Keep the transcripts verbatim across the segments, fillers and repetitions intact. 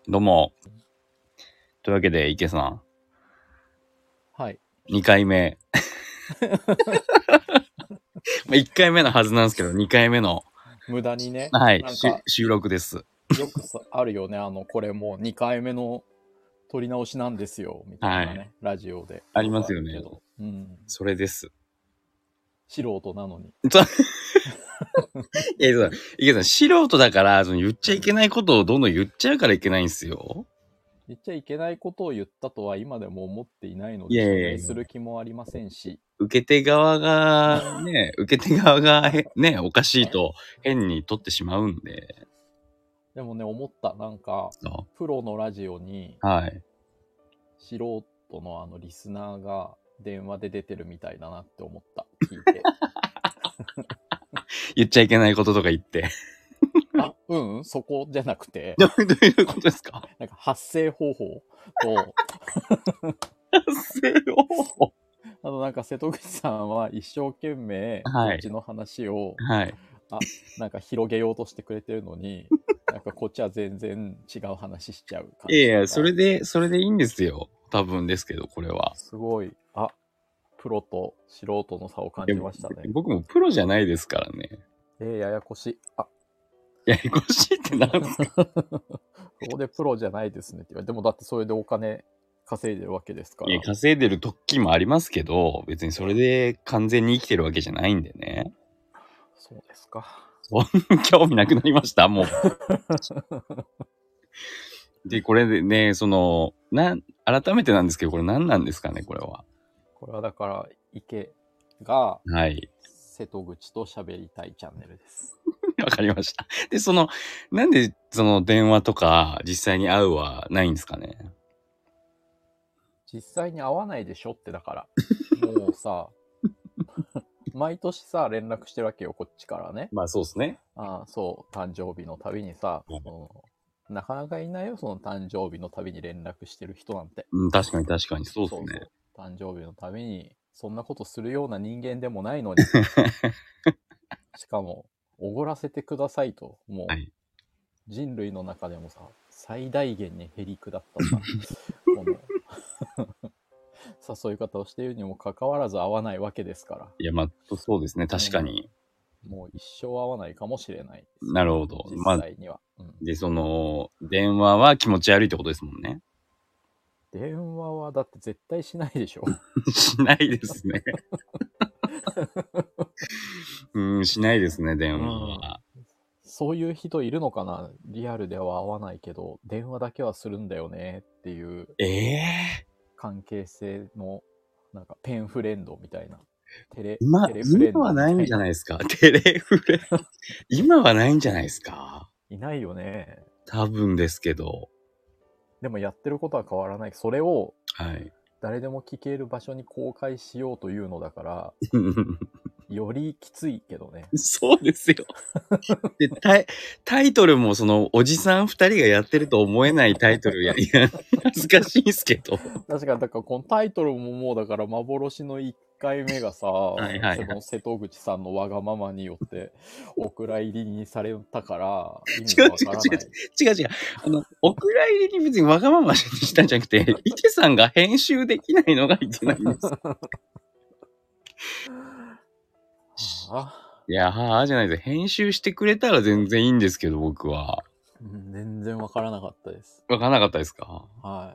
どうも。というわけで、池さん。 はい。 にかいめ。まあいっかいめのはずなんですけど、にかいめの。 無駄にね、 はい、 なんか収録です。 よくさあるよね、あの、これもうにかいめの撮り直しなんですよ、みたいなね、はい、ラジオで。 ありますよね。 うん。 それです。 素人なのに。 いや、池さん、素人だから、その言っちゃいけないことをどんどん言っちゃうからいけないんですよ。 言っちゃいけないことを言ったとは今でも思っていないので、謝罪する気もありませんし。 受け手側がね、受け手側がね、おかしいと変に取ってしまうんで。 でもね、思った。なんか、プロのラジオに、 はい、 素人のあのリスナーが電話で出てるみたいだなって思った。聞いて。 言っちゃいけないこととか言って。 あ、うん、そこじゃなくて。 どういうことですか？ なんか発声方法と発声方法あとなんか瀬戸口さんは一生懸命こっちの話を、 はい、 あ、なんか広げようとしてくれてるのに、なんかこっちは全然違う話しちゃう感じ。いやいや、それで、それでいいんですよ。多分ですけど、これは。 すごい、あ、プロと素人の差を感じましたね。 僕もプロじゃないですからね。 えー、ややこしい。あ、 ややこしいってなんですか？ そこでプロじゃないですねって言われて、でもだってそれでお金稼いでるわけですから。 いや、稼いでる時もありますけど、別にそれで完全に生きてるわけじゃないんでね。 そうですか。 興味なくなりました、もう。で、これでね、その、な、改めてなんですけど、これ何なんですかね、これは。 これはだから、池が、 はい。 瀬戸口と喋りたいチャンネルです。 わかりました。で、その、なんで、その電話とか実際に会うはないんですかね。 実際に会わないでしょってだから。もうさ、毎年さ、連絡してるわけよ、こっちからね。 まあそうですね。 ああ、そう、誕生日のたびにさ、うん、なかなかいないよ、その誕生日のたびに連絡してる人なんて。 うん、確かに確かに、そうですね。そうそう、誕生日のたびに、そんなことするような人間でもないのに。しかも、おごらせてくださいと、もう、はい、人類の中でもさ、最大限にへりくだったさ、この誘い方をしているにもかかわらず会わないわけですから。 いや、まあ、そうですね、確かに。 うん、もう一生会わないかもしれないです、ね。 なるほど。 実際には。 まあ、うん、で、その、電話は気持ち悪いってことですもんね。 電話はだって絶対しないでしょ。 しないですね。うん、しないですね、電話は、 うん。そういう人いるのかな？リアルでは会わないけど、電話だけはするんだよねっていう。 ええー、関係性の、なんかペンフレンドみたいな。テレ、 今、 テレフレンド今はないんじゃないですか。テレフレ。今はないんじゃないですか。 いないよね。 多分ですけど。 でもやってることは変わらない。それを、 はい。 誰でも聞ける場所に公開しようというのだから、よりきついけどね。 そうですよ。でタイ、タイトルもそのおじさん二人がやってると思えないタイトルや、いや、難しいんですけど。 確かに、だからこのタイトルももうだから幻のいっかいめがさ、はいはいはい、その瀬戸口さんのわがままによってお蔵入りにされたから意味がわからない。違う違う違う違う違う。あの、お蔵入りに別にわがままにしたんじゃなくて、池さんが編集できないのがいけないんです。はあ、いや、はあじゃないです。編集してくれたら全然いいんですけど、僕は。 うん、全然わからなかったです。 わからなかったですか？ はい。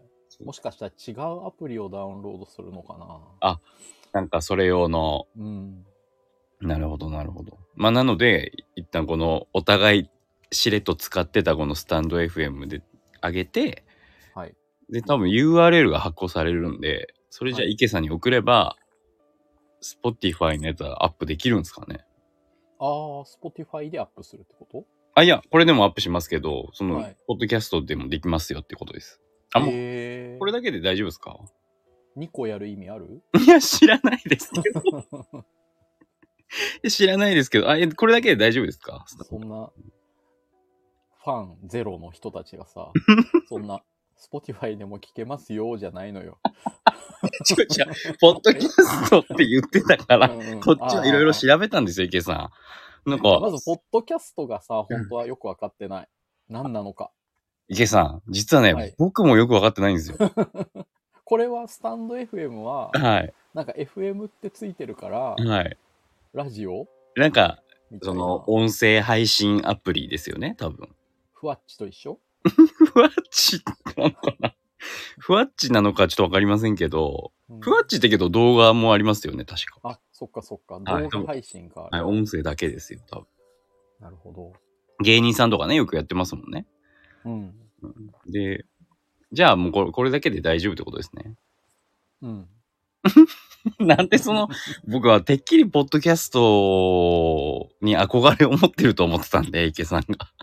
もしかしたら違うアプリをダウンロードするのかな。 あ、なんかそれ用の。 うん。 なるほど、なるほど。まあ、なので、一旦このお互いしれっと使ってたこのスタンド エフエム で上げて、 はい。 で、多分 ユーアールエル が発行されるんで、それじゃあ池さんに送れば、はい、Spotify のやつはアップできるんですかね？ ああ、Spotify でアップするってこと？ あ、いや、これでもアップしますけど、その、 はい、 ポッドキャストでもできますよってことです。あ、もう、これだけで大丈夫ですか？ にこやる意味ある？ いや、知らないですけど。知らないですけど、あ、これだけで大丈夫ですか？ そんな、ファンゼロの人たちがさ、そんな、Spotify でも聞けますよ、じゃないのよ。 ちょちょ、ポッドキャストって言ってたから、うんうん、こっちはいろいろ調べたんですよ、池さん。なんか。 まず、ポッドキャストがさ、本当はよくわかってない。何なのか。 池さん、実はね、 はい、 僕もよくわかってないんですよ。 これはスタンド エフエム は、 はい。 なんか エフエム ってついてるから、 はい。 ラジオなんか、 みたいな。 その、音声配信アプリですよね、多分。 ふわっちと一緒ふわっちなのかなふわっちなのかちょっとわかりませんけど、うん、ふわっちってけど動画もありますよね、確か。 あ、そっかそっか。 はい、 動画配信か。 はい、音声だけですよ、多分。 なるほど。 芸人さんとかね、よくやってますもんね。うん。で、じゃあもうこれこれだけで大丈夫ってことですね。うん。なんでその、僕はてっきりポッドキャストに憧れを持ってると思ってたんで、池さんが。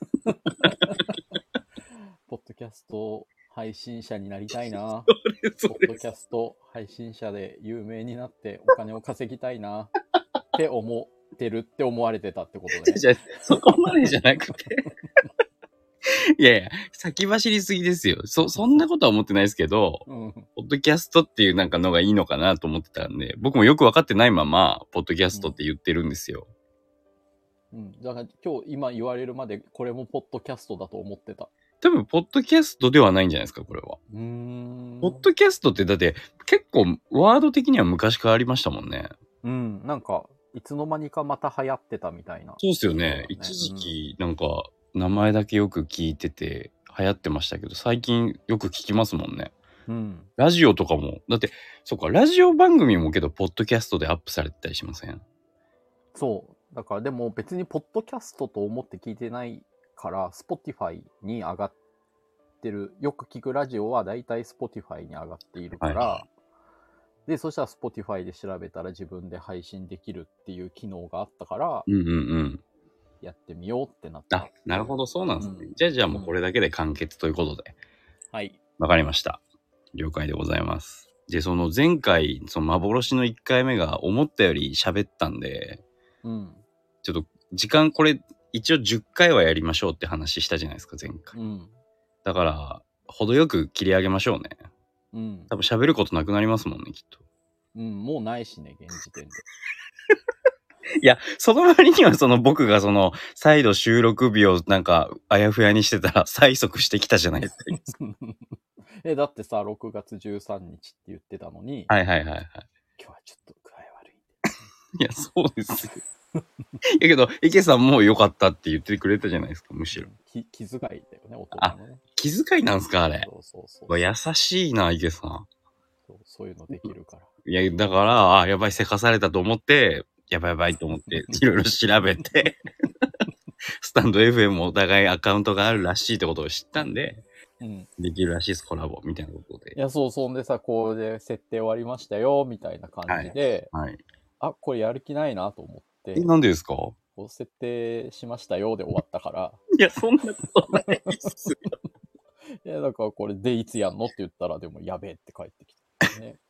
ポッドキャスト配信者になりたいな。 ポッドキャスト配信者で有名になってお金を稼ぎたいなって思ってるって思われてたってことね。 じゃそこまでじゃなくて。いやいや、先走りすぎですよ。そ、そんなことは思ってないですけど、うん、ポッドキャストっていうなんかのがいいのかなと思ってたんで、僕もよくわかってないまま、ポッドキャストって言ってるんですよ。 うん。うん、だから今日今言われるまでこれもポッドキャストだと思ってた。 多分、ポッドキャストではないんじゃないですか、これは。うーん。ポッドキャストってだって結構ワード的には昔からありましたもんね。 うん、なんか、いつの間にかまた流行ってたみたいな。 そうですよね。ね一時期、なんか、名前だけよく聞いてて流行ってましたけど、最近よく聞きますもんね。うん。ラジオとかも、だって、そっか、ラジオ番組もけど、ポッドキャストでアップされてたりしません？ そう。だからでも別にポッドキャストと思って聞いてないから、Spotify に上がってる、よく聞くラジオはだいたい Spotify に上がっているから、はい、で、そしたら Spotify で調べたら自分で配信できるっていう機能があったから、うんうんうん。やってみようってなった。 あ、なるほど、そうなんですね。うん、じゃあじゃあもうこれだけで完結ということで。 うん、はい。 わかりました。了解でございます。で、その前回、その幻のいっかいめが思ったより喋ったんで、うん。ちょっと時間これ一応じゅっかいはやりましょうって話したじゃないですか、前回。うん。だから、程よく切り上げましょうね。うん。多分喋ることなくなりますもんね、きっと。 うん、もうないしね、現時点で。 いや、その割にはその僕がその再度収録日をなんかあやふやにしてたら催促してきたじゃないですか。 え、だってさ、ろくがつじゅうさんにちって言ってたのに。 はいはいはいはい。 今日はちょっと具合悪いんで。いや、そうですよ。いやけど、池さんもう良かったって言ってくれたじゃないですか、むしろ。 気、気遣いだよね、大人のね。 気遣いなんすか、あれ。そうそうそうそう。優しいな、池さん。 そう、そういうのできるから。 いや、だから、あ、やばい、せかされたと思って、やばいやばいと思って、いろいろ調べて、スタンド エフエム もお互いアカウントがあるらしいってことを知ったんで、うん、できるらしいです、コラボみたいなことで。 いや、そう、そんでさ、これで設定終わりましたよ、みたいな感じで、はい。はい、あ、これやる気ないなと思って。 え、なんでですか？ こう設定しましたよで終わったから。 いや、そんなことないっすよ。 いや、だからこれでいつやんのって言ったら、でもやべえって帰ってきた、ね。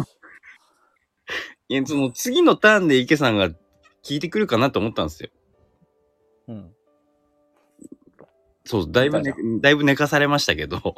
いや、その次のターンで池さんが聞いてくるかなと思ったんですよ。うん。そう、だいぶね、だいぶ寝かされましたけど。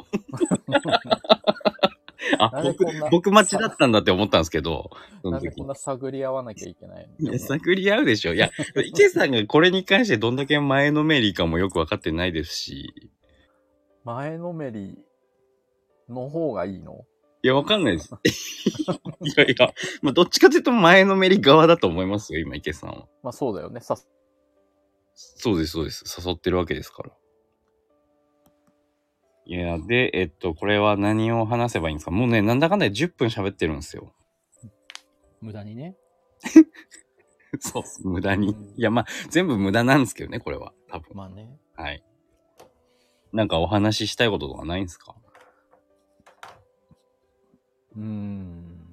あ、僕、僕待ちだったんだって思ったんですけど。 なんでこんな探り合わなきゃいけないの？ いや、探り合うでしょ。いや、池さんがこれに関してどんだけ前のめりかもよくわかってないですし。 前のめりの方がいいの？ いや、わかんないです。いやいや、まあ、どっちかというと前のめり側だと思いますよ、今、池さんは。 まあそうだよね。さそうです、そうです。誘ってるわけですから。いや、で、えっと、これは何を話せばいいんですか？もうね、なんだかんだでじゅっぷん喋ってるんですよ。 無駄にね。 そうっす、無駄に。いや、まあ、全部無駄なんですけどね、これは。多分。 まあね。 はい。なんかお話ししたいこととかないんですか？うーん。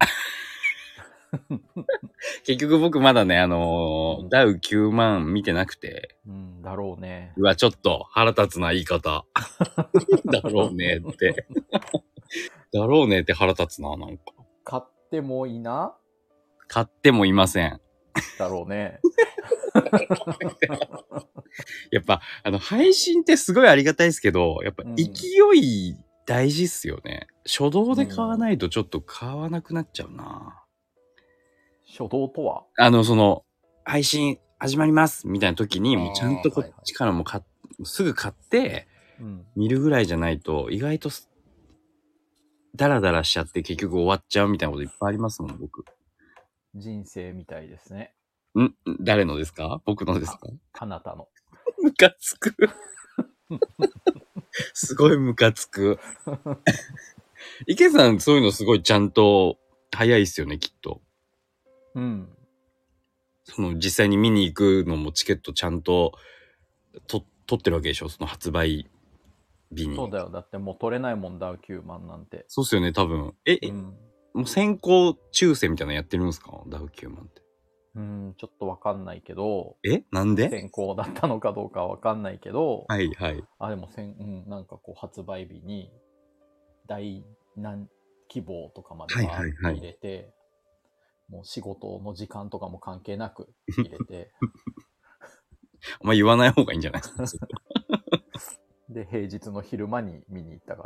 結局僕まだね、あのーうん、ダウきゅうまん見てなくて。 うん、だろうね。 うわ、ちょっと腹立つな言い方。だろうねって。だろうねって腹立つな、なんか。 買ってもいいな？ 買ってもいません。 だろうね。 やっぱ、あの、配信ってすごいありがたいですけど、やっぱ勢い大事っすよね。うん、初動で買わないとちょっと買わなくなっちゃうな。 初動とは？ あの、その、配信始まりますみたいな時に、もうちゃんとこっちからも買っ、すぐ買って、 うん、 見るぐらいじゃないと、意外とダラダラしちゃって結局終わっちゃうみたいなこといっぱいありますもん、僕。 人生みたいですね。 ん誰のですか？僕のですか？ あなたの。 ムカつく。すごいムカつく。池さん、そういうのすごいちゃんと早いっすよね、きっと。 うん。 その実際に見に行くのもチケットちゃんとと取ってるわけでしょ、その発売日に。 そうだよ。だってもう取れないもん、ダウきゅうまんなんて。 そうっすよね、多分。え、え、 うん、 もう先行抽選みたいなのやってるんですか？ダウきゅうまんって。 うん、ちょっとわかんないけど、 えなんで？ 先行だったのかどうかわかんないけど、 はいはい。 あ、でもせん、うん、なんかこう発売日に大何希望とかまではいバーってはいはい。 入れて、もう仕事の時間とかも関係なく入れて、 あんま言わない方がいいんじゃないですか？ で、平日の昼間に見に行ったから。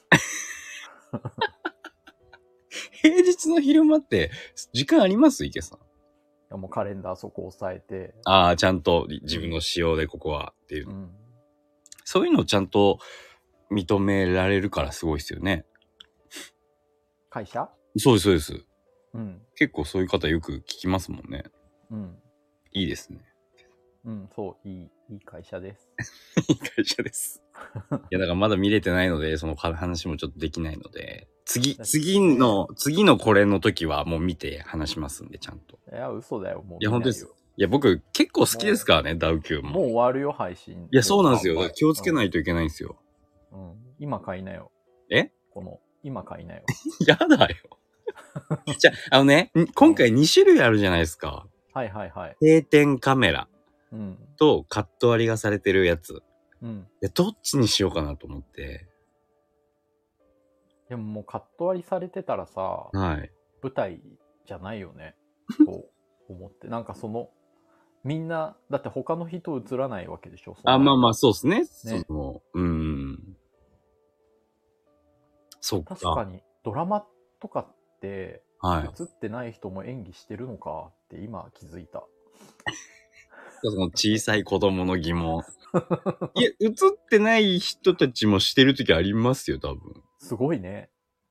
平日の昼間って時間あります？池さん。 いやもうカレンダーそこ押さえて、 ああ、ちゃんと自分の仕様でここはっていう。 うん、 そういうのをちゃんと認められるからすごいですよね。 会社そうです、そうです。 うん。 結構そういう方よく聞きますもんね。 うん。 いいですね。 うん、そう、いい、いい会社です。 いい会社です。いや、だからまだ見れてないので、その話もちょっとできないので、次、次の、次のこれの時はもう見て話しますんで、ちゃんと。 いや、嘘だよ、もういや、 見ないよ。 本当です。いや、僕結構好きですからね、ダウキューも。 もう終わるよ、配信。 いや、そうなんですよ。だから気をつけないといけないんですよ。 うん。うん、今買いなよ。 え？ この、今買いなよ。 やだよ。じゃあ、あのね、今回に種類あるじゃないですか。 はいはいはい。 定点カメラうん。 とカット割りがされてるやつ。 うん。 いや、どっちにしようかなと思って。 でももうカット割りされてたらさ、 はい。 舞台じゃないよね。と思って。なんかその、みんな、だって他の人映らないわけでしょ。 あ、まあまあ、そうですね。 ね。 その、うん。そっか。 確かに、ドラマとかって、 はい。 映ってない人も演技してるのかって今気づいた。 その小さい子供の疑問。いや、映ってない人たちもしてるときありますよ、多分。 すごいね。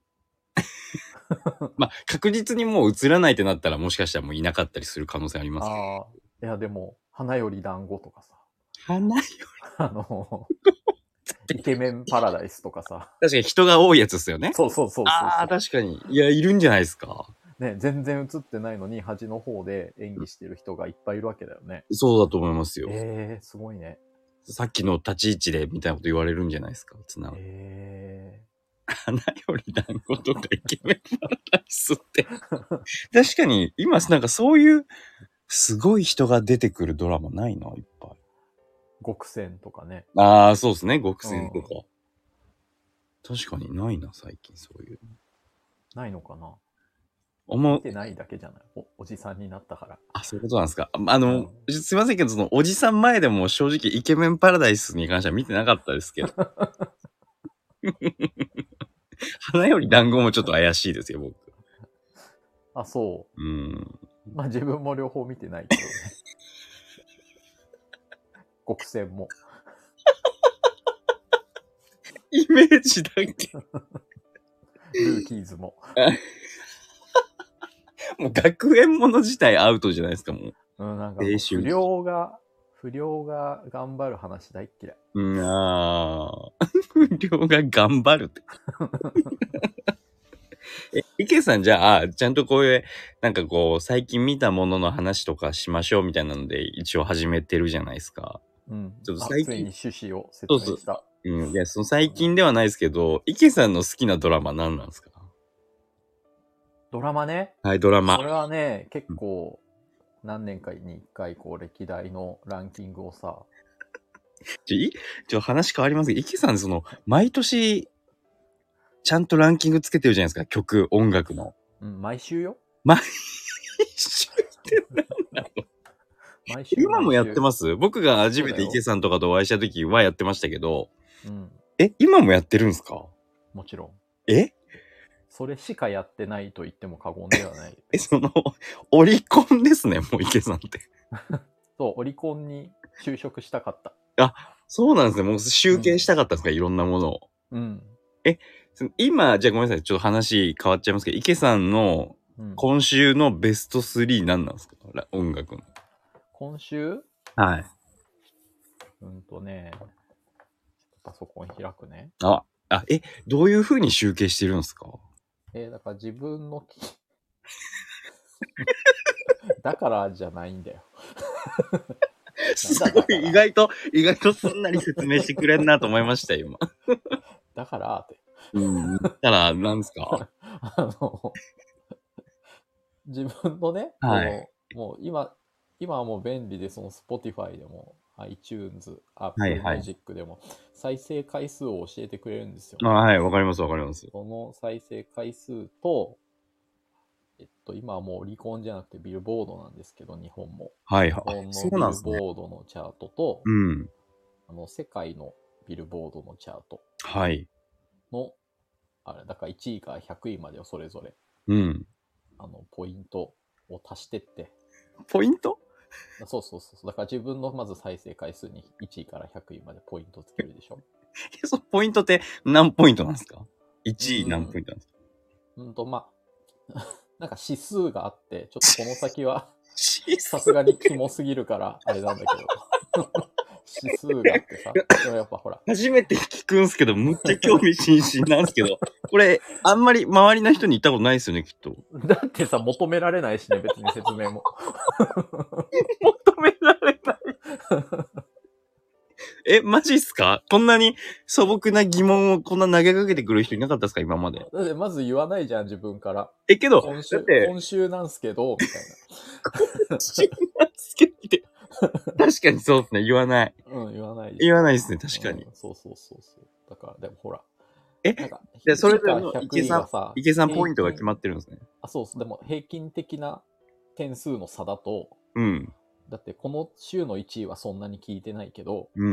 まあ、確実にもう映らないってなったら、もしかしたらもういなかったりする可能性ありますけど。 ああ、いやでも、花より団子とかさ。 花よあの、イケメンパラダイスとかさ。 確かに人が多いやつですよね。 そうそうそうそうそう。 ああ、確かに。いや、いるんじゃないですか。 ね、全然映ってないのに端の方で演技してる人がいっぱいいるわけだよね。 そうだと思いますよ。 ええー、すごいね。 さっきの立ち位置でみたいなこと言われるんじゃないですか、つな。 ええー。花より団子とかイケメンパラダイスって。確かに、今なんかそういう、すごい人が出てくるドラマないな、いっぱい。 極戦とかね。 ああ、そうですね、極戦とか。うん、確かにないな、最近そういう。 ないのかな。 あんま見てないだけじゃない お, おじさんになったから。 あ、そういうことなんですか。あの、うん、すいませんけど、その、おじさん前でも正直イケメンパラダイスに関しては見てなかったですけど。花より団子もちょっと怪しいですよ、僕。 あ、そう。 うん。 まあ自分も両方見てないけどね。極戦も。 イメージだけ。 ルーキーズも。 もう学園もの自体アウトじゃないですか、もう。 うん、なんかもう不良が、不良が頑張る話大っ嫌い。 うん、ああ。不良が頑張るって。え、池さんじゃあ、ちゃんとこういう、なんかこう、最近見たものの話とかしましょうみたいなので、一応始めてるじゃないですか。 うん。 ちょっと最近。 ついに趣旨を説明した。そうそう。 うん。いや、その最近ではないですけど、池さんの好きなドラマ何なんですか？ ドラマね。 はい、ドラマ。 これはね、結構、何年かに一回、こう、歴代のランキングをさ。 ちょ、い、ちょ、話変わりますけど、池さん、その、毎年、ちゃんとランキングつけてるじゃないですか、曲、音楽の。 うん、毎週よ。 毎週って何なの？毎週。今もやってます？僕が初めて池さんとかとお会いした時はやってましたけど、うん、え、今もやってるんですか？ もちろん。 え？ それしかやってないと言っても過言ではない。 え、その、オリコンですね、もう池さんって。 そう、オリコンに就職したかった。 あ、 そうなんですね。もう集計したかったんですか、うん、いろんなものを。 うん。 え、今、じゃあごめんなさい。ちょっと話変わっちゃいますけど、池さんの今週のベストスリー何なんですか、うん、音楽の。 今週はい。 うんとね、ちょっとパソコン開くね。 あ、あ、え、どういう風に集計してるんですか？ えー、だから自分のだからじゃないんだよ。 すごい、意外と、意外とすんなり説明してくれんなと思いました、今。 だからって。 うん。たら、なんですか？ あの、自分のね、はい、その、もう今、今はもう便利で、その Spotify でも、iTunes、Apple Music でも、再生回数を教えてくれるんですよ、 ね。はい、はい、わかります、わかります。 その再生回数と、えっと、今はもうオリコンじゃなくてビルボードなんですけど、日本も。 はいはい。 日本のビルボードのチャートと、 うん、 あの、世界のビルボードのチャート。 はい。 の、あれ、だからいちいからひゃくいまでをそれぞれ、 うん。 あの、ポイントを足してって。 ポイント？ そうそうそう。だから自分のまず再生回数にいちいからひゃくいまでポイントつけるでしょ。 そのポイントって何ポイントなんですか？ いち 位何ポイントなんですか？ うんと、まあ、なんか指数があって、ちょっとこの先は、さすがにキモすぎるから、あれなんだけど。指数があってさ。でもやっぱほら。 初めて聞くんすけど、むっちゃ興味津々なんすけど、これ、あんまり周りの人に言ったことないですよね、きっと。 だってさ、求められないしね、別に説明も。 求められない。え、マジっすか？こんなに素朴な疑問をこんな投げかけてくる人いなかったですか、今まで。 だってまず言わないじゃん、自分から。 え、けど、 今週、 だって今週なんすけど、みたいな。 今週なんすけどって。確かにそうですね、言わない。 うん、言わない言わないですね、確かに。 うん、そうそうそうそう。だから、でもほら。 え、なんか、で、それでも池さん、池さんポイントが決まってるんですね。 あ、そうそう。でも平均的な点数の差だと、 うん。 だってこの週のいちいはそんなに聞いてないけど、 うんうん。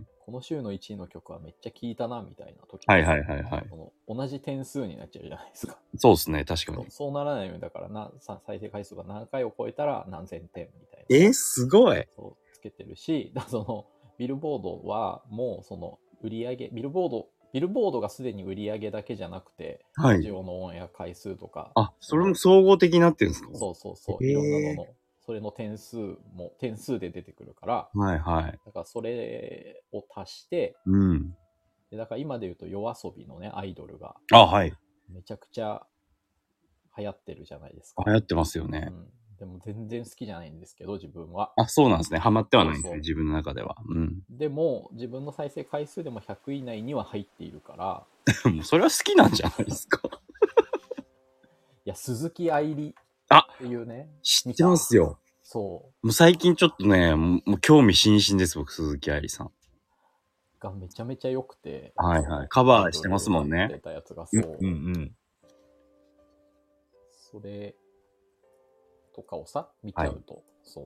この週のいちいの曲はめっちゃ聞いたな、みたいな時はいはいはいはい。 この同じ点数になっちゃうじゃないですか。 そうですね、確かに。 そ, そうならないように、だからな、再生回数が何回を超えたら何千点みたいな。えー、すごい。 そうつけてるし、だそのビルボードはもうその売り上げ、ビルボード、ビルボードがすでに売り上げだけじゃなくて、はい、ラジオのオンエア回数とか。 あ、それも総合的になってるんですか？ そうそうそう。いろんなのの、それの点数も点数で出てくるから。 はいはい。 だからそれを足して、 うん。 でだから今で言うと夜遊びのね、アイドルが。 あ、はい。 めちゃくちゃ流行ってるじゃないですか。 流行ってますよね。 うんでも全然好きじゃないんですけど、自分は。 あ、そうなんですね。ハマってはないんですね、自分の中では。うん。 でも、自分の再生回数でもひゃくい以内には入っているから。 もうそれは好きなんじゃないですか。 いや、鈴木愛理っていうね。 知ってますよ。 そう。 もう最近ちょっとね、もう興味津々です、僕、鈴木愛理さん。 がめちゃめちゃ良くて。 はいはい。カバーしてますもんね。 出たやつがそう。 うんうん。 それとかをさ、見ちゃうと、はい、そう。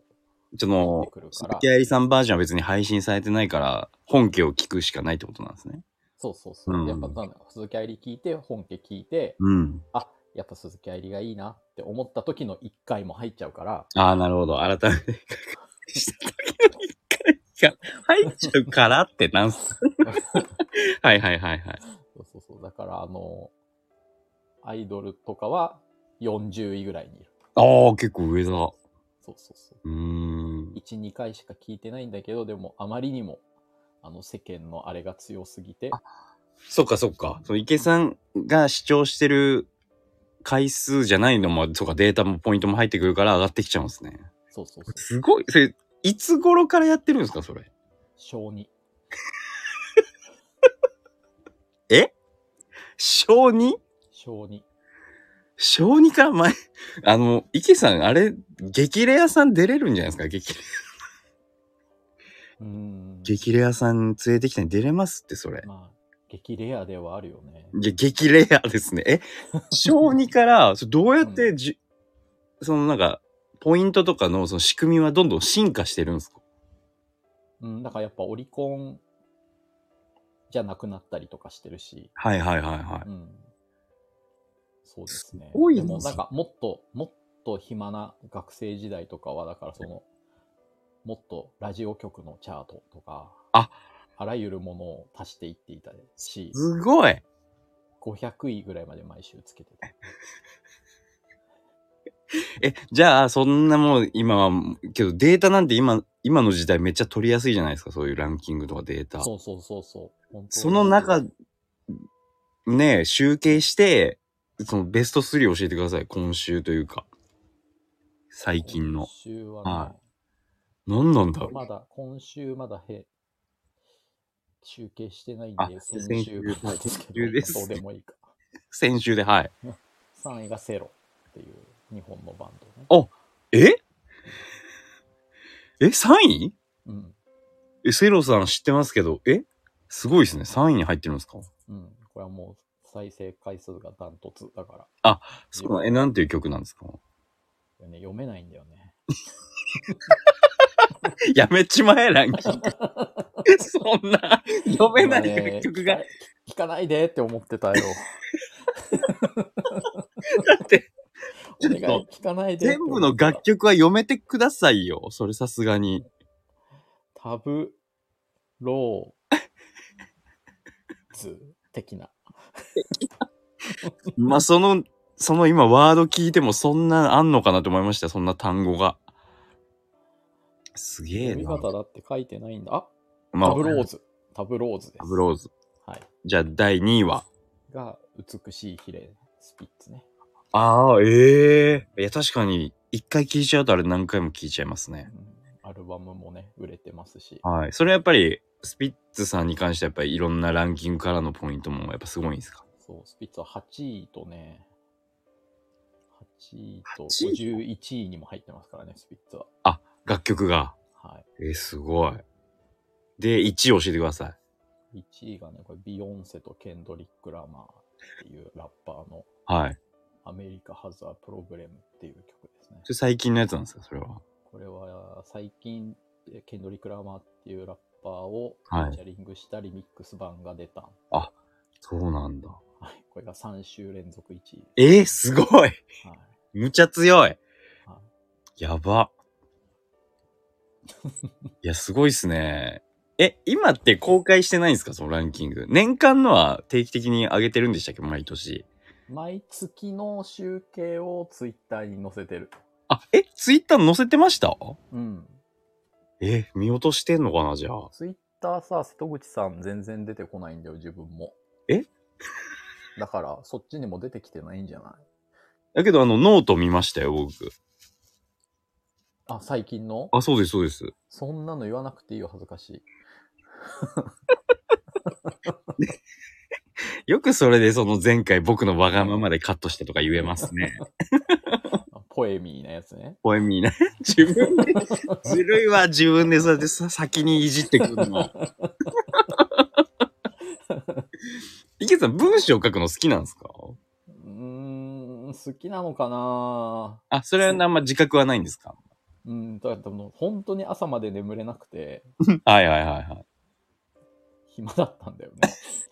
その、鈴木愛理さんバージョンは別に配信されてないから、本家を聞くしかないってことなんですね。 そうそうそう。うん、やっぱ、鈴木愛理聞いて、本家聞いて、 うん、あ、 やっぱ鈴木愛理がいいなって思った時のいっかいも入っちゃうから。 ああ、なるほど。改めてした時のいっかいが入っちゃうからってなんすかはいはいはいはい。 そうそうそう。だから、あの、アイドルとかはよんじゅういぐらいにいる。 ああ、結構上だ。 そうそうそう。 うーん。 いち、にかいしか聞いてないんだけど、でもあまりにも、あの、世間のあれが強すぎて。 あ、そっかそっか。その池さんが主張してる回数じゃないのも、そうか、データもポイントも入ってくるから上がってきちゃうんですね。 そうそうそう。 すごい。それ、いつ頃からやってるんですか、それ。 小に。 え小 に？ 小に。 小にから前、あの、池さん、あれ、激レアさん出れるんじゃないですか、激レア。うん。激レアさん連れてきたに出れますって、それ。まあ、 激レアではあるよね。 いや、激レアですね。え、小にから、どうやってじ、うん、そのなんか、ポイントとかのその仕組みはどんどん進化してるんですか？ うん、だからやっぱオリコンじゃなくなったりとかしてるし。 はいはいはいはい。うん、 そうですね。すでもなんかもっと、もっと暇な学生時代とかは、だからその、もっとラジオ局のチャートとか。 あ、 あらゆるものを足していっていたし、 すごいごひゃくいぐらいまで毎週つけてた。 え、じゃあ、そんなもう今は、けどデータなんて今、今の時代めっちゃ取りやすいじゃないですか、そういうランキングとかデータ。 そうそうそうそう。本当その中、ね、集計して、そのベストスリー教えてください、今週というか。最近の。 今週はね、 はい、何なんだろう。 まだ、今週まだへ、集計してないんで、 先週なんですけど、 ですどうでもいいか。 先週で、はい。 さんいがセロっていう日本のバンドね。 あ、ええ、さんい？ うん。 え、セロさん知ってますけど、えすごいですね。さんいに入ってるんですか？ うん。これはもう再生回数がダントツだから。 あ、そうな、え、なんていう曲なんですか？ これね、読めないんだよね。 やめちまえ、ランキング。そんな、読めない楽曲が、 ね、聞, 聞かないでって思ってたよ。 だって、 お願い聞かないで。 全部の楽曲は読めてくださいよ。それさすがに。 タブ、ローズ的な。 まあ、その、その今ワード聞いてもそんなあんのかなと思いました。そんな単語が。すげえな。 読み方だって書いてないんだ。あ、まあ、タブローズ。タブローズです。 タブローズ。 はい。 じゃあだいにいはが、美しい比例スピッツね。 ああ、ええー。いや、確かに、一回聴いちゃうとあれ何回も聴いちゃいますね、 うん。アルバムもね、売れてますし。 はい。それやっぱり、スピッツさんに関してはやっぱりいろんなランキングからのポイントもやっぱすごいんですか？ そう、スピッツははちいとね、はちいとごじゅういちいにも入ってますからね、スピッツは。 あ、楽曲が。 はい。 えー、すごい。で、いちい教えてください。いちいがね、これビヨンセとケンドリック・ラマーっていうラッパーの、 はい。 アメリカ・ハズ・ア・プログレムっていう曲ですね。 それ最近のやつなんですか、それは。 これは最近、ケンドリック・ラマーっていうラッパーをフィーチャリングしたリミックス版が出た、はい。 あ、そうなんだ。 はい。これがさん週連続いちい。 えー、すごい、はい、むちゃ強い、はい、やば。いや、すごいっすね。え、今って公開してないんですか、そのランキング。年間のは定期的に上げてるんでしたっけ、毎年。 毎月の集計をツイッターに載せてる。 あ、え、ツイッター載せてました？ うん。 え、見落としてんのかな、じゃあ。 ツイッターさ、瀬戸口さん全然出てこないんだよ、自分も。 えだから、そっちにも出てきてないんじゃない？ だけど、あの、ノート見ましたよ、僕。 あ、最近の？ あ、そうです、そうです。 そんなの言わなくていいよ、恥ずかしい。 よくそれでその前回僕のわがままでカットしたとか言えますね。 ポエミーなやつね。 ポエミーな。自分で、ずるいわ、自分でそうやってさ先にいじってくるの。池さん、文章書くの好きなんですか？ うーん、好きなのかな。 あ、それはあんま自覚はないんですか？ うん、だからもう本当に朝まで眠れなくて。 はいはいはいはい。 暇だったんだよね。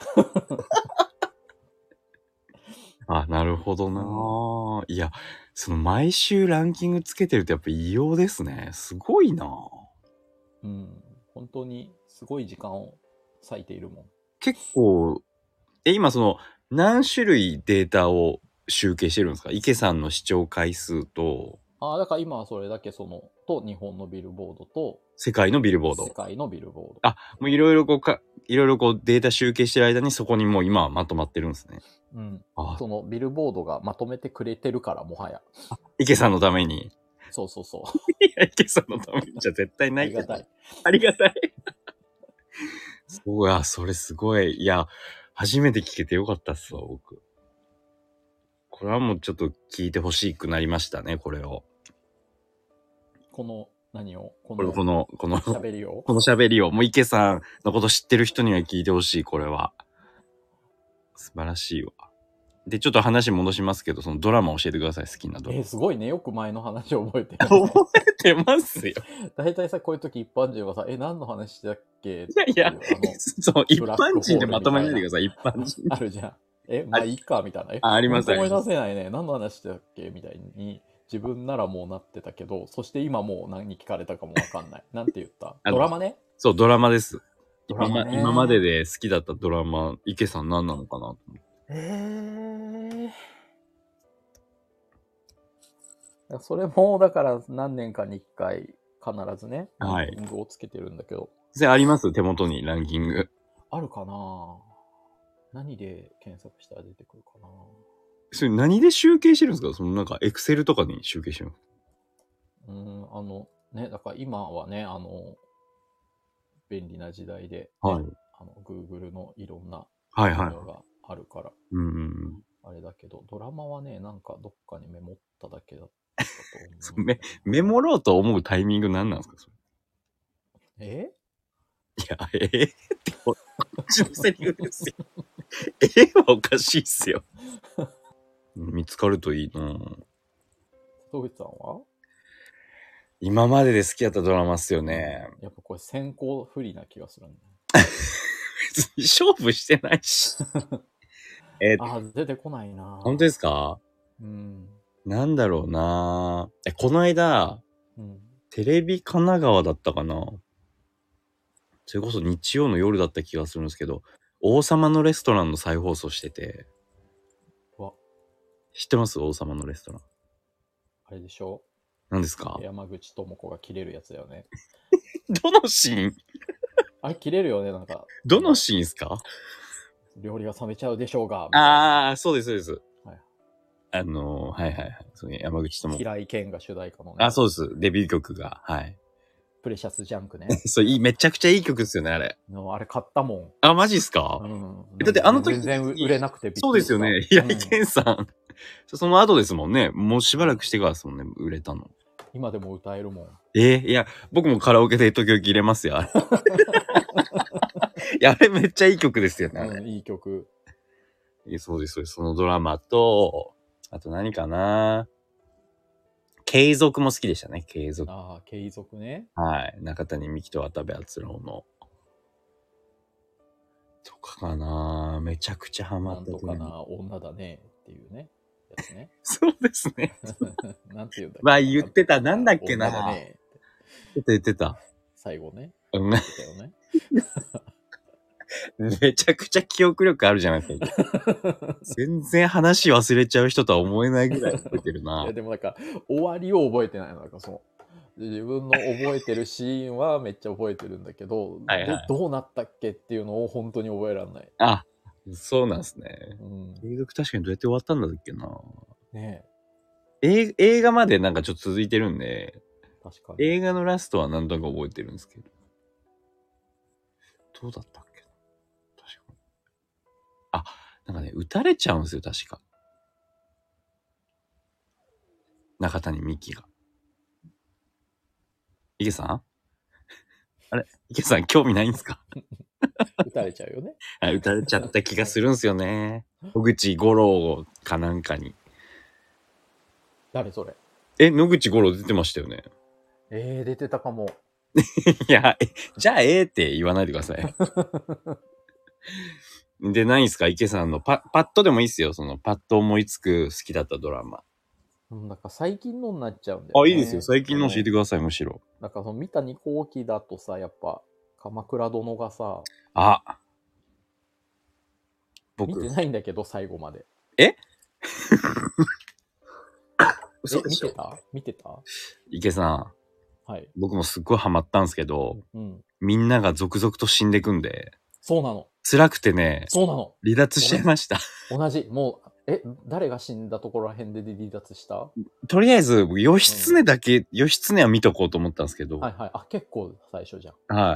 あ、なるほどな、うん、いや、その毎週ランキングつけてるとやっぱ異様ですね。すごいな。 うん、本当にすごい時間を割いているもん。 結構、え、今その何種類データを集計してるんですか？池さんの視聴回数と。 ああ、だから今はそれだけその、と日本のビルボードと、 世界のビルボード。 世界のビルボード。 あ、もういろいろこうか、いろいろこうデータ集計してる間にそこにもう今はまとまってるんですね。 うん。あ、そのビルボードがまとめてくれてるから、もはや。 あ、池さんのために。 そうそうそう。 いや、池さんのためにじゃ絶対ない。 ありがたい。 ありがたい。そうや、それすごい。いや、初めて聞けてよかったっすわ、僕。これはもうちょっと聞いてほしくなりましたね、これを。 この、何をこの、この、この、 喋りをこの喋りを。もう池さんのこと知ってる人には聞いてほしい、これは。素晴らしいわ。で、ちょっと話戻しますけど、そのドラマ教えてください、好きなドラマ。 えー、すごいね。よく前の話覚えてる、 ね。覚えてますよ。 大体さ、こういう時一般人はさ、え、何の話してたっけ？ いやいや、あのそう、一般人でまとめないでください、一般人。 あるじゃん。え、まあいいか、みたいな。え、 あ、あります思い出せないね。何の話してたっけみたいに、自分ならもうなってたけど、そして今もう何に聞かれたかもわかんない。なんて言った？ドラマね？ そう、ドラマです。 今ま今までで好きだったドラマ、池さん何なのかなと思って。 えー、それもだから何年かに一回必ずね、ランキングをつけてるんだけど。 それあります手元にランキング。 あるかな。何で検索したら出てくるかな。 それ何で集計してるんですか？そのなんかエクセルとかに集計してるの？うん、あのね、だから今はね、あの便利な時代で、ね、はい、あの Google のいろんなものがあるから、はいはい、うんうん、あれだけど、ドラマはね、なんかどっかにメモっただけだったと思う。 メメモろうと思うタイミング何なんですかそれ？え？ いや、えー、ってこっちのセリフですよ。えーはおかしいっすよ。見つかるといいな。 戸口さんは？ 今までで好きだったドラマっすよね。 やっぱこれ先行不利な気がするんだ。 別に勝負してないし。 えー、あ、出てこないな。 本当ですか？うん。なんだろうな。え、この間、うん、テレビ神奈川だったかな。それこそ日曜の夜だった気がするんですけど、王様のレストランの再放送してて。わ。知ってます？王様のレストラン。 あれでしょ？ 何ですか？ 山口智子が切れるやつだよね。 どのシーン？ あれ切れるよね、なんか。 どのシーンですか？ 料理が冷めちゃうでしょうが。 ああ、そうです、そうです。はい。あのー、はいはいはい。その山口智子。 平井堅が主題歌のね。 あ、そうです。デビュー曲が。はい。 プレシャスジャンクね。 そう、いい、めちゃくちゃいい曲ですよね、あれ。 のあれ買ったもん。 あ、マジっすか？うん。だってあの時全然売れなくてびっくりした。 そうですよね。平井堅さん。うん、その後ですもんね。もうしばらくしてからですもんね、売れたの。 今でも歌えるもん。 えー、いや、僕もカラオケで時々入れますよ。いや、あれめっちゃいい曲ですよね。 うん、いい曲。 え、そうです、そうです。そのドラマと、あと何かな。継続も好きでしたね、継続。 ああ、継続ね。 はい。中谷美紀と渡部篤郎の。とかかな。めちゃくちゃハマった。 なんとかな女だねっていうね。やつね。 そうですね。 なんて言うんだっけ。 まあ言ってた。なんだっけな。 女だね。 言ってた言ってた。 最後ね。 うん。 言ってたよね。 めちゃくちゃ記憶力あるじゃないですか。全然話忘れちゃう人とは思えないぐらい覚えてるな。 いやでもなんか終わりを覚えてないの。なんかその自分の覚えてるシーンはめっちゃ覚えてるんだけど、はいはい、でどうなったっけっていうのを本当に覚えられない。 あ、そうなんですね。うん、継続確かにどうやって終わったんだっけな。ねえ。映画までなんかちょっと続いてるんで、確かに。映画のラストは何とか覚えてるんですけど。どうだったっけな。確かに。あ、なんかね、撃たれちゃうんですよ、確か。中谷美紀が。池さんあれ池さん興味ないんですか？ 撃たれちゃうよね。 あ、撃たれちゃった気がするんすよね。野口五郎かなんかに。 誰それ？ え、野口五郎出てましたよね。 えー、出てたかも。 いや、じゃあええって言わないでください。で、ないんすか池さんのパ、パッとでもいいっすよ。その、パッと思いつく好きだったドラマ。 なんか最近のになっちゃうんだよね。あ、いいですよ。最近の教えてください、むしろ。 なんかその三谷幸喜だとさ、やっぱ、鎌倉殿がさ、 あ、 僕。見てないんだけど、最後まで。 え嘘でしょ？え、見てた？見てた？ 池さん。はい。僕もすっごいハマったんですけど、 うん。 みんなが続々と死んでくんで。 そうなの。 辛くてね。 そうなの。 離脱しちゃいました。 同じ。もう、え、誰が死んだところら辺で離脱した？ とりあえず、義経だけ、うん、義経は見とこうと思ったんですけど。 はいはい。あ、結構最初じゃん。 はい。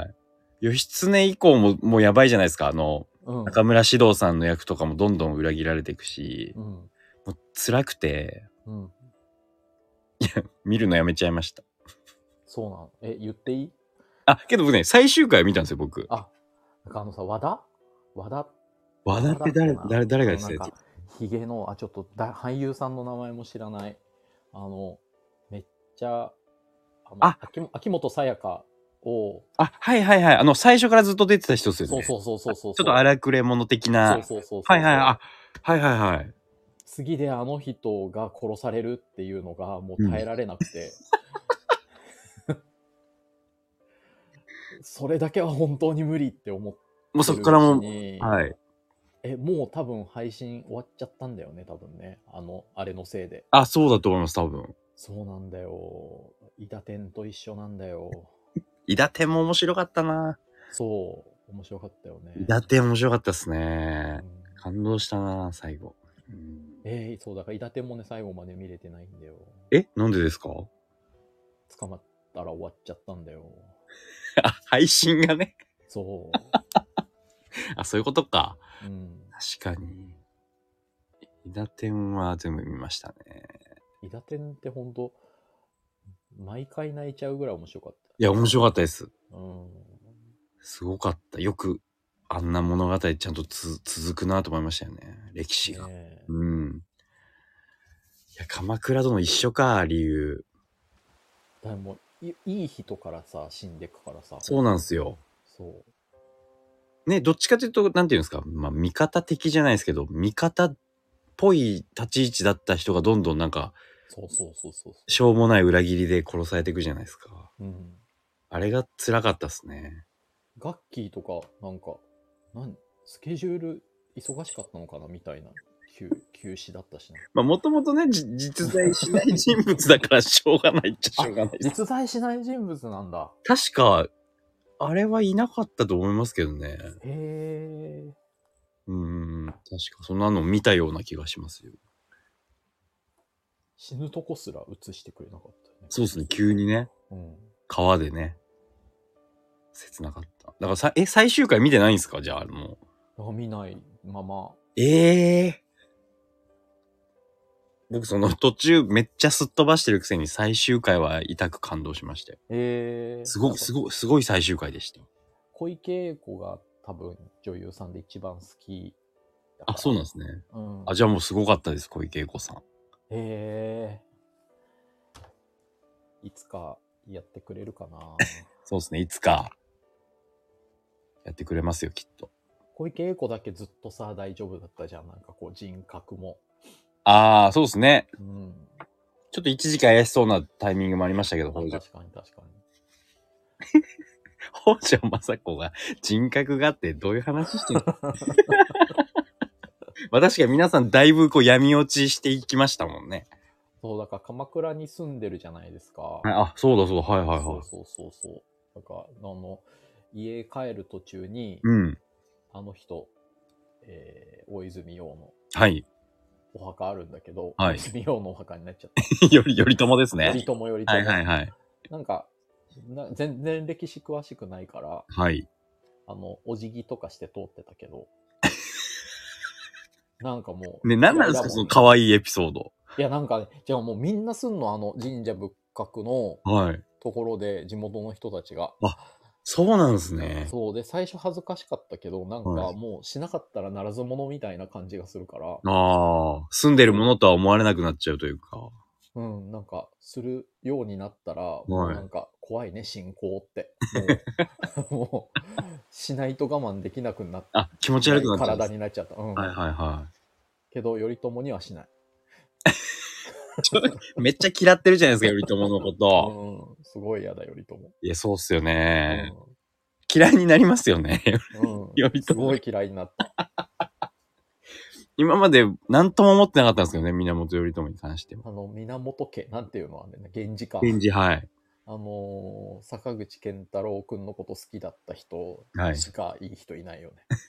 義経以降ももうやばいじゃないですか。あの、うん、中村獅童さんの役とかもどんどん裏切られていくし、うん、もう辛くて、うん、いや、見るのやめちゃいました。 そうなの？え、言っていい？ あ、けど僕ね、最終回見たんですよ、僕。 あ、なんかあのさ、和田和田和田って誰、誰、誰がですね。 ヒゲの、あ、ちょっとだ、俳優さんの名前も知らない。あの、めっちゃ、あの、あ秋秋元さやかを。 あ、はいはいはい。あの、最初からずっと出てた人ですよね。 そうそうそうそう。 ちょっと荒くれ者的な。 そうそうそう。 はいはい、あ、はいはいはい。 次であの人が殺されるっていうのがもう耐えられなくて。 それだけは本当に無理って思ってるもうそっからも、 はい。え、もう多分配信終わっちゃったんだよね、多分ね。あの、あれのせいで。 あ、そうだと思います、多分。 そうなんだよ。イダテンと一緒なんだよ。 イダテンも面白かったな。 そう、面白かったよね。 イダテン面白かったっすね。うん、感動したな、最後。 うん、えー、そう、だからイダテンもね、最後まで見れてないんだよ。 え、なんでですか？ 捕まったら終わっちゃったんだよ。 あ、配信がね。 そう。 あ、そういうことか。 うん。 確かに。イダテンは全部見ましたね。 イダテンってほんと、毎回泣いちゃうぐらい面白かった。 いや、面白かったです。 うん。 すごかった。よく、あんな物語ちゃんとつ続くなと思いましたよね。歴史が。ね、うん。いや、鎌倉殿一緒か、理由。 だからもうい、いい人からさ、死んでくからさ。 そうなんですよ。 そう。 ね、どっちかというと、なんていうんですか、まあ、味方的じゃないですけど、味方っぽい立ち位置だった人がどんどんなんか、 そうそうそうそう。 しょうもない裏切りで殺されていくじゃないですか。 うん。 あれが辛かったっすね。 ガッキーとか、なんか、何スケジュール忙しかったのかなみたいな休、休止だったしな。 まあ、もともとね、実在しない人物だからしょうがないっちゃしょうがないです。 実在しない人物なんだ。 確か、あれはいなかったと思いますけどね。 へえ。 うーん、確かそんなの見たような気がしますよ。 死ぬとこすら映してくれなかったよね。 そうですね、急にね。うん。川でね。切なかった。だからさ、え、最終回見てないんですか？じゃあ、もう。見ないまま。 ええー。僕その途中めっちゃすっ飛ばしてるくせに最終回は痛く感動しましたよ。 ええー。 すごい、すごい、すごい最終回でした。 小池栄子が多分女優さんで一番好きだから。あ、そうなんですね。うん。あ、じゃあもうすごかったです、小池栄子さん。 へえー。いつかやってくれるかな。 そうですね、いつかやってくれますよ、きっと。 小池栄子だけずっとさ、大丈夫だったじゃん。なんかこう人格も。 ああ、そうですね。うん。ちょっと一時期怪しそうなタイミングもありましたけど、 北条。確かに確かに。 北条政子が人格があってどういう話してるのまあ確かに皆さんだいぶこう闇落ちしていきましたもんね。 そう、だから鎌倉に住んでるじゃないですか。 あ、そうだそうだ、はいはいはい。 そうそうそうそう。だから、あの、家帰る途中に、 うん、 あの人、えー、大泉洋の、 はい。 お墓あるんだけど、 はい、大泉洋のお墓になっちゃった。 より、頼朝ですね。 頼朝頼朝。 はいはいはい。 なんかな、全然歴史詳しくないから、 はい。 あの、お辞儀とかして通ってたけど、なんかもう。 ね、なんなんですか、その可愛いエピソード。 いや、なんかね、じゃあもうみんなすんの、あの神社仏閣のところで、地元の人たちが。 あ、そうなんですね。 そうで、最初恥ずかしかったけど、なんかもうしなかったらならず者みたいな感じがするから。 ああ、住んでるものとは思われなくなっちゃうというか。 うん、なんか、するようになったら、もうなんか、怖いね、信仰って。もう、もうしないと我慢できなくなって、 あ、気持ち悪くなっちゃう。 体になっちゃった。うん。 はいはいはい。 けど、頼朝にはしない。 めっちゃ嫌ってるじゃないですか、頼朝のこと。 うん、すごい嫌だ、頼朝。 いや、そうっすよね。うん、嫌いになりますよね。 うん、頼朝。すごい嫌いになった。 今まで何とも思ってなかったんですけどね、源頼朝に関しては。 あの、源家、なんていうのあれね、源氏か。 源氏、はい。 あのー、坂口健太郎くんのこと好きだった人しかいい人いないよね。はい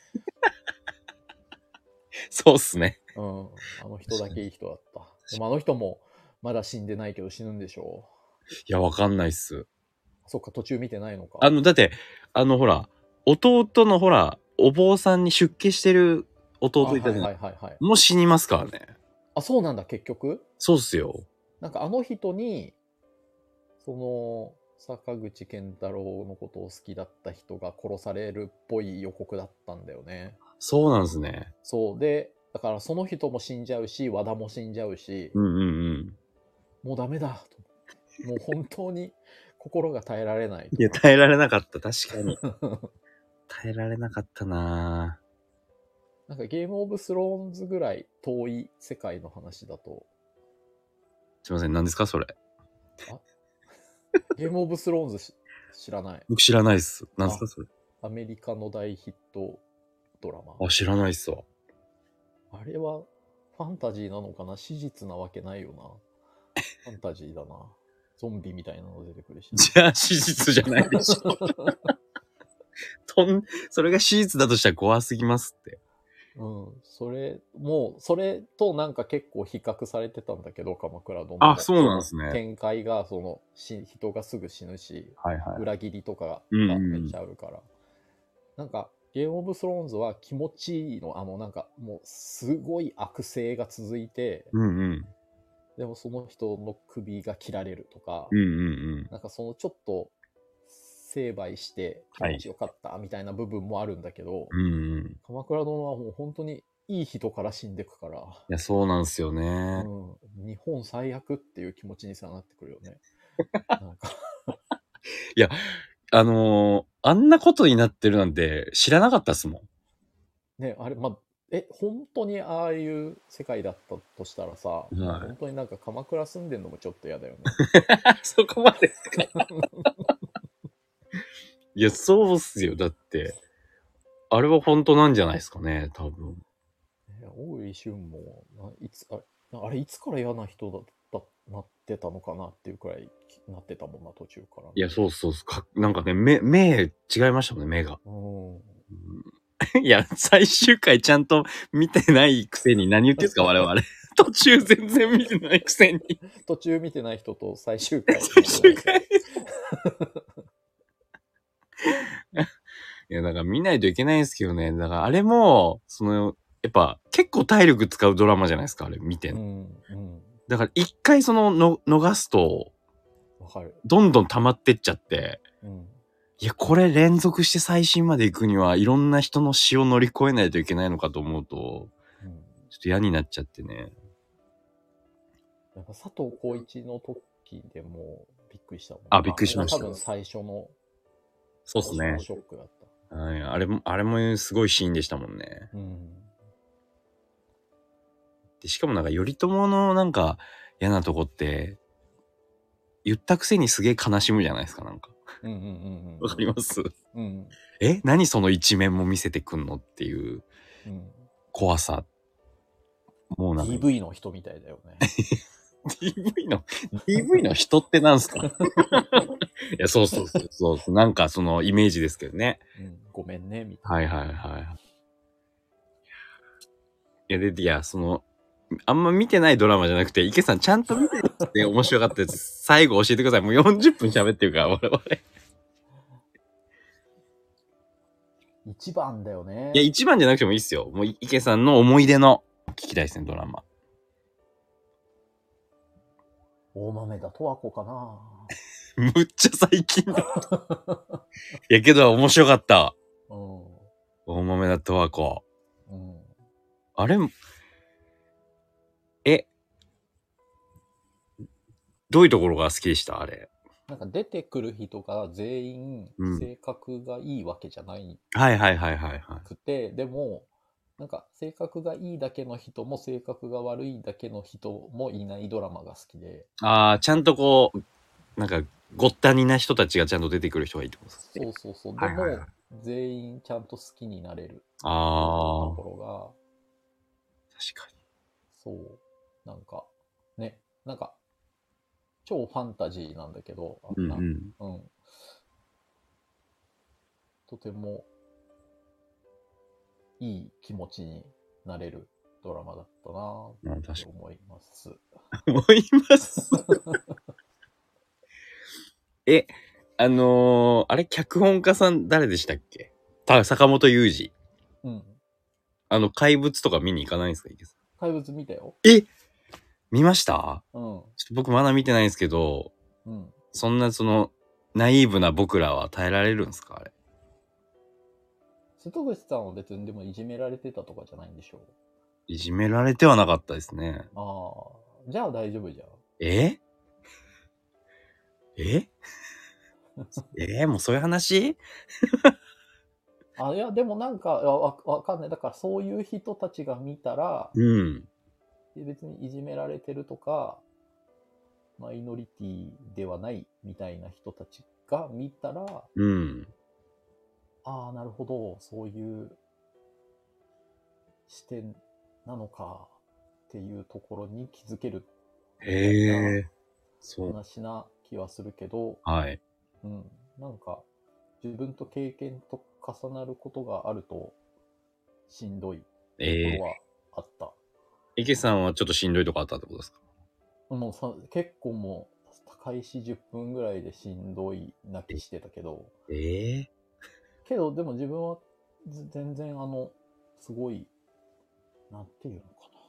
そうっすね。 うん。あの人だけいい人だった。でもあの人もまだ死んでないけど死ぬんでしょう。 いや、わかんないっす。 そっか、途中見てないのか。 あの、だって、あの、ほら、弟のほら、お坊さんに出家してる弟いたじゃないですか。はいはいはいはい。もう死にますからね。 あ、そうなんだ、結局？ そうっすよ。 なんかあの人に、その、坂口健太郎のことを好きだった人が殺されるっぽい予告だったんだよね。 そうなんですね。 そう。で、だからその人も死んじゃうし、和田も死んじゃうし、 うんうんうん。 もうダメだと。もう本当に心が耐えられない。 いや、耐えられなかった、確かに。耐えられなかったなぁ。 なんかゲームオブスローンズぐらい遠い世界の話だと。 すいません、何ですかそれ。 あゲームオブスローンズ知らない。 僕知らないっす。なんすかそれ。 アメリカの大ヒットドラマ。 あ、知らないっすわ。 あれはファンタジーなのかな？史実なわけないよな。ファンタジーだな。ゾンビみたいなの出てくるし。 じゃあ史実じゃないでしょ。とん、それが史実だとしたら怖すぎますって。 うん。それ、もう、それとなんか結構比較されてたんだけど、鎌倉殿も。 あ、そうなんですね。 展開が、その、し人がすぐ死ぬし、 はいはい、 裏切りとかがめっちゃあるから。 うんうん、 なんか、ゲームオブスローンズは気持ちいいの、あの、なんか、もう、すごい悪性が続いて、 うんうん、 でもその人の首が切られるとか、 うんうんうん、 なんかそのちょっと、成敗して気持ちよかったみたいな部分もあるんだけど、 うんうん、 鎌倉殿はもう本当にいい人から死んでくから、 いや、そうなんですよね。 うん、日本最悪っていう気持ちにさなってくるよね。なんかいや、あのー、あんなことになってるなんて知らなかったっすもん。ね、あれ、まあ、え、本当にああいう世界だったとしたらさ、 ん。はい。 本当になんか鎌倉住んでんのもちょっと嫌だよね。 そこまでですか。いや、そうっすよ。だって、あれは本当なんじゃないですかね、多分。 大井俊もないつああれいつから嫌な人だったなってたのかなっていうくらいなってたもんな途中から。 いや、そうそうそうか。なんかね、目、目、違いましたもんね、目が。 うん。 うんいや、最終回ちゃんと見てないくせに何言ってんすか、我々。途中全然見てないくせに。 途中見てない人と最終回最終回。いや、だから見ないといけないんですけどね。だからあれも、その、やっぱ結構体力使うドラマじゃないですか、あれ見てんの。 うんうん。 だから一回そのの逃すと、 わかる。 どんどん溜まってっちゃって、 うん。 いや、これ連続して最新まで行くには、いろんな人の死を乗り越えないといけないのかと思うと、 うん、 ちょっと嫌になっちゃってね。 やっぱ佐藤浩市の時でもびっくりしたもん。 あ、びっくりしました。 多分最初の、 そうっすね。 ショックだった。 はい、あれも、あれもすごいシーンでしたもんね。 うん。 で、しかもなんか頼朝のなんか嫌なとこって、言ったくせにすげえ悲しむじゃないですか、なんか。 うんうんうんうん。 わかります？ うん。 え何その一面も見せてくんのっていう怖さ。もうなんか。 ディーブイ の人みたいだよね。 ディーブイ の、ディーブイ の人ってなんすか？いや、そうそうそうそう。なんかそのイメージですけどね。 うん、ごめんね、みたいな。はいはいはい。いや、で、いや、その、あんま見てないドラマじゃなくて、池さんちゃんと見てって面白かったやつ、最後教えてください。もうよんじゅっぷん喋ってるから、我々。 一番だよね。 いや、一番じゃなくてもいいっすよ。もう池さんの思い出の聞きたいですね、ドラマ。 大豆田十和子かな。 むっちゃ最近だ。いやけど面白かった。うん。大豆田十和子。うん。あれ、え、どういうところが好きでしたあれ。 なんか出てくる人が全員性格がいいわけじゃない、うん、 はいはいはいはいはい。 くて、でも、なんか性格がいいだけの人も性格が悪いだけの人もいないドラマが好きで。 ああ、ちゃんとこう、なんか、ごったにな人たちがちゃんと出てくる人がいいってことですね。そうそうそう。でも、はいはいはい、全員ちゃんと好きになれる。ああ。ところが。 確かに。 そう。なんか、ね。なんか、超ファンタジーなんだけど、あんな。うん、うん、うん。とても、いい気持ちになれるドラマだったなぁと思います。 思います。え、あのー、あれ、脚本家さん誰でしたっけ？た、坂本雄二。うん。あの、怪物とか見に行かないんですか？ 怪物見たよ。 え見ました？うん。ちょっと僕まだ見てないんですけど、 うん。 そんなその、ナイーブな僕らは耐えられるんですかあれ。 瀬戸口さんは別にでもいじめられてたとかじゃないんでしょう？ いじめられてはなかったですね。 ああ。じゃあ大丈夫じゃん。 えええー、もうそういう話あ、いや、でもなんか、わ、わかんない。だからそういう人たちが見たら、うん。別にいじめられてるとか、マイノリティではないみたいな人たちが見たら、 うん。 ああ、なるほど、そういう視点なのかっていうところに気づけるみたいな話な気はするけど、 はい。 うん。なんか、自分と経験と重なることがあると、しんどいところはあった。 えー、池さんはちょっとしんどいとこあったってことですか？ もうさ、結構もう、開始じゅっぷんぐらいでしんどい泣きしてたけど、 ええー、 けど、でも自分は全然あの、すごい、なんていうのか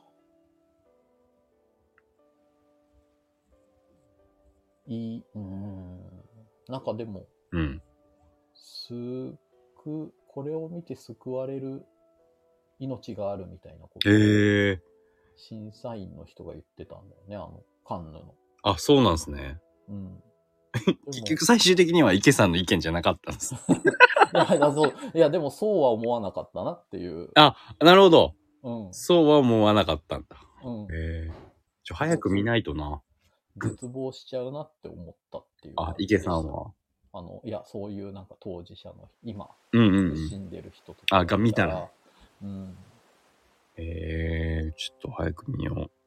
な。いい、うーん、なんかでも、 うん。 救う、これを見て救われる命があるみたいなことを、えー、審査員の人が言ってたんだよね、あの、カンヌの。 あ、そうなんですね。 うん。 結局最終的には池さんの意見じゃなかったんです。 いや、そう、いや、でもそうは思わなかったなっていう。 あ、なるほど。 うん。 そうは思わなかったんだ。 うん。 へえ。ちょ、早く見ないとな。 絶望しちゃうなって思ったっていうあ、 感じでした。 池さんは。 あの、いや、そういうなんか当事者の今、 うんうんうん。 死んでる人とか。あ、が見たら。 うん。 へえ、ちょっと早く見よう。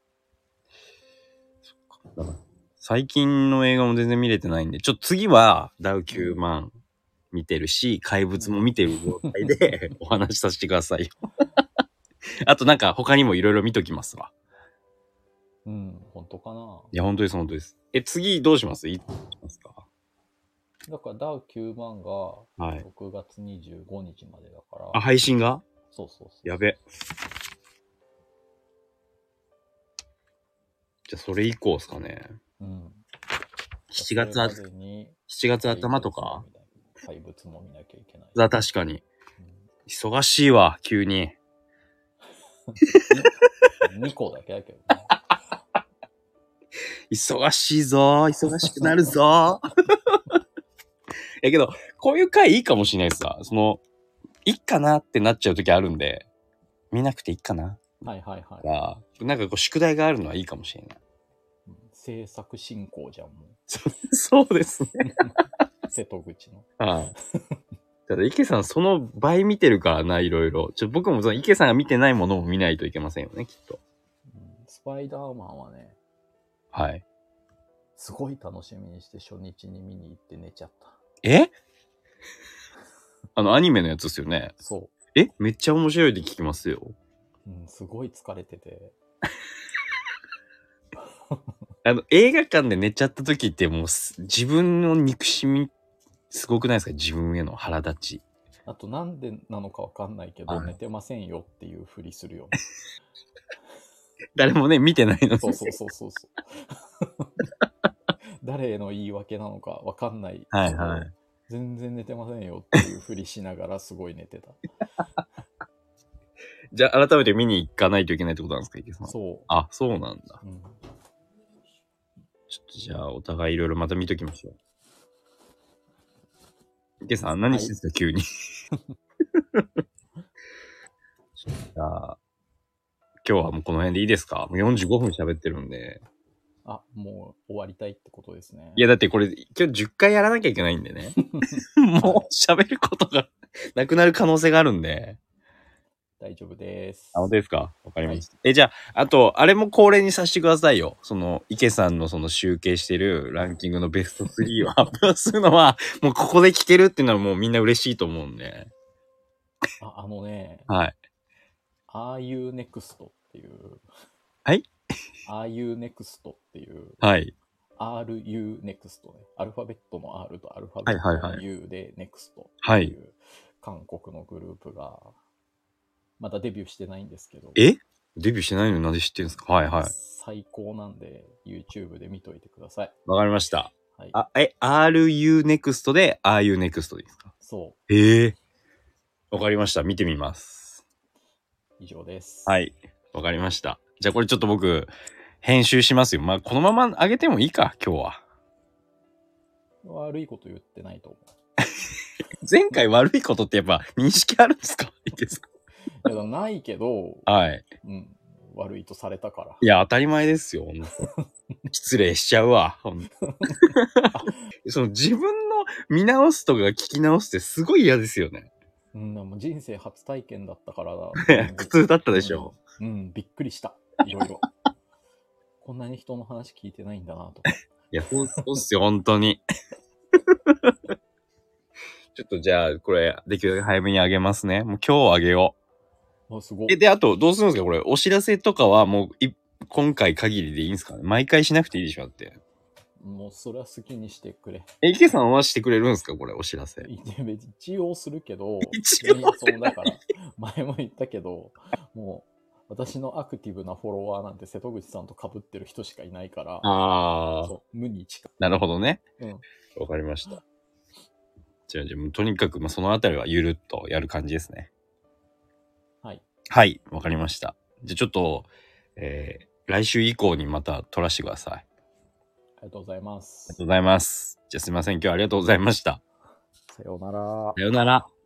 そっか。だから最近の映画も全然見れてないんで、ちょっと次はダウきゅうまん見てるし、怪物も見てる状態でお話しさせてくださいよ。あとなんか他にもいろいろ見ときますわ。 うん、本当かな。 いや、本当です、本当です。え、次どうします？いつしますか？ だからダウきゅうまんがろくがつにじゅうごにちまでだから。はい、 あ、配信が？ そうそうそう。 やべ。じゃあそれ以降ですかね。うん。しちがつあ、しちがつ頭とか？ 怪物も見なきゃいけない。 あ、確かに。うん、忙しいわ、急に。 にこだけだけどね。 忙しいぞー、忙しくなるぞー。やけど、こういう回いいかもしれないですわ。その、いいかなってなっちゃう時あるんで、見なくていいかな。 はいはいはい。なんかこう宿題があるのはいいかもしれない。 制作進行じゃん、もう。そうですね。 瀬戸口の。 ああ。ただ、池さんその倍見てるからな、いろいろ。ちょ、僕もその池さんが見てないものも見ないといけませんよね、きっと。 うん、スパイダーマンはね。 はい。 すごい楽しみにして初日に見に行って寝ちゃった。 えあの、アニメのやつですよね。 そう。 えめっちゃ面白いって聞きますよ。 うん、すごい疲れてて。 あの、映画館で寝ちゃった時ってもう、自分の憎しみ、すごくないですか？自分への腹立ち。 あと、なんでなのかわかんないけど、寝てませんよっていうふりするよね。 誰もね、見てないのに。 そうそうそうそうそう。誰への言い訳なのかわかんないけど、はいはい、全然寝てませんよっていうふりしながらすごい寝てた。 じゃあ改めて見に行かないといけないってことなんですか、池さん。 そう。 あ、そうなんだ。うん、ちょっとじゃあお互いいろいろまた見ときましょう。池さん何してんすか、はい、急に。じゃあ今日はもうこの辺でいいですか？もうよんじゅうごふん喋ってるんで。 あ、もう終わりたいってことですね。 いやだってこれ今日じゅっかいやらなきゃいけないんでね。もう喋ることがなくなる可能性があるんで。 大丈夫です。 あ、本当ですか？わかりました。はい、え、じゃあ、あと、あれも恒例にさせてくださいよ。その、池さんのその集計してるランキングのベストスリーを発表するのは、もうここで聞けるっていうのはもうみんな嬉しいと思うんで。 あ、あのね。 はい。 Are You Next っていう。 はい Are You Next っていう。 はい。 Are You Next ね。アルファベットの R とアルファベットの U で Next っていう韓国のグループが、まだデビューしてないんですけど。 えデビューしてないのになんで知ってるんですか？はいはい。 最高なんで YouTube で見といてください。 わかりました。はい、あ、え、Are You Next で Are You Next でいいですか？ そう。 ええー。わかりました。見てみます。 以上です。 はい。わかりました。じゃあこれちょっと僕、編集しますよ。まあ、このまま上げてもいいか、今日は。 悪いこと言ってないと思う。 前回悪いことってやっぱ認識あるんですか？いけさん。 いや、ないけど、 はい。 うん。 悪いとされたから。 いや、当たり前ですよ、ほんと。失礼しちゃうわ、ほんと。その自分の見直すとか聞き直すってすごい嫌ですよね。 うん、もう人生初体験だったからだ。 苦痛だったでしょ。 うん、うん、びっくりした。いろいろ。こんなに人の話聞いてないんだなとか。 いや、そうっすよ、本当に。ちょっとじゃあ、これ、できるだけ早めにあげますね。もう今日あげよう。あ、すごい。 え、で、あと、どうするんですかこれ、お知らせとかはもうい、今回限りでいいんですかね毎回しなくていいでしょだって。 もう、それは好きにしてくれ。 え、池さんはしてくれるんですかこれ、お知らせ。 一応するけど、 一応そうだから、前も言ったけど、もう、私のアクティブなフォロワーなんて瀬戸口さんと被ってる人しかいないから、 ああ。 そう、無に近い。 なるほどね。 うん。 わかりました。じゃあ、じゃあ、とにかく、まあ、そのあたりはゆるっとやる感じですね。 はい。 はい、わかりました。じゃあ、ちょっと、えー、来週以降にまた撮らせてください。ありがとうございます。 ありがとうございます。じゃあ、すいません。今日はありがとうございました。 さようなら。 さようなら。